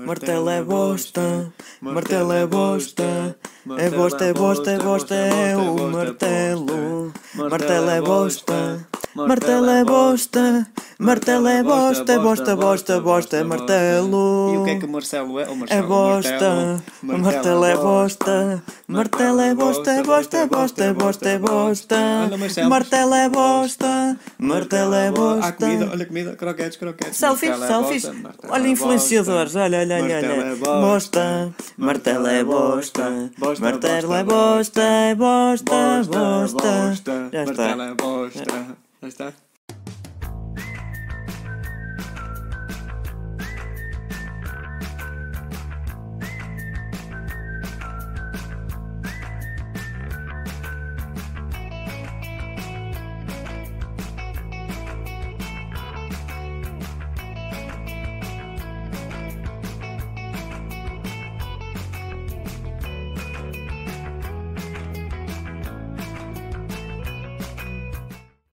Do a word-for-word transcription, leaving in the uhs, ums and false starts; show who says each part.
Speaker 1: martelo é bosta, martelo é bosta, é bosta, é bosta, é bosta, é o martelo. Martelo é bosta, martelo é bosta, martelo é bosta, é bosta, bosta, bosta, é martelo.
Speaker 2: E o que é que o Marcelo é? O Marcelo,
Speaker 1: É bosta, o martelo é bosta, martelo é bosta, é bosta, é bosta, é bosta, é bosta.
Speaker 2: Olha, Marcelo.
Speaker 1: Martelo é bosta, martelo é
Speaker 2: Ah, comida,
Speaker 1: bosta.
Speaker 2: olha comida, croquetes, croquetes.
Speaker 1: Selfies,
Speaker 2: Martelo é
Speaker 1: selfies.
Speaker 2: bosta, martelo
Speaker 1: Olha
Speaker 2: é
Speaker 1: influenciadores,
Speaker 2: bosta.
Speaker 1: olha, olha, olha,
Speaker 2: Martelo é
Speaker 1: olha.
Speaker 2: bosta.
Speaker 1: Bosta, martelo é bosta, martelo é bosta, é bosta, bosta. Já está.
Speaker 2: Martelo é bosta. Já está.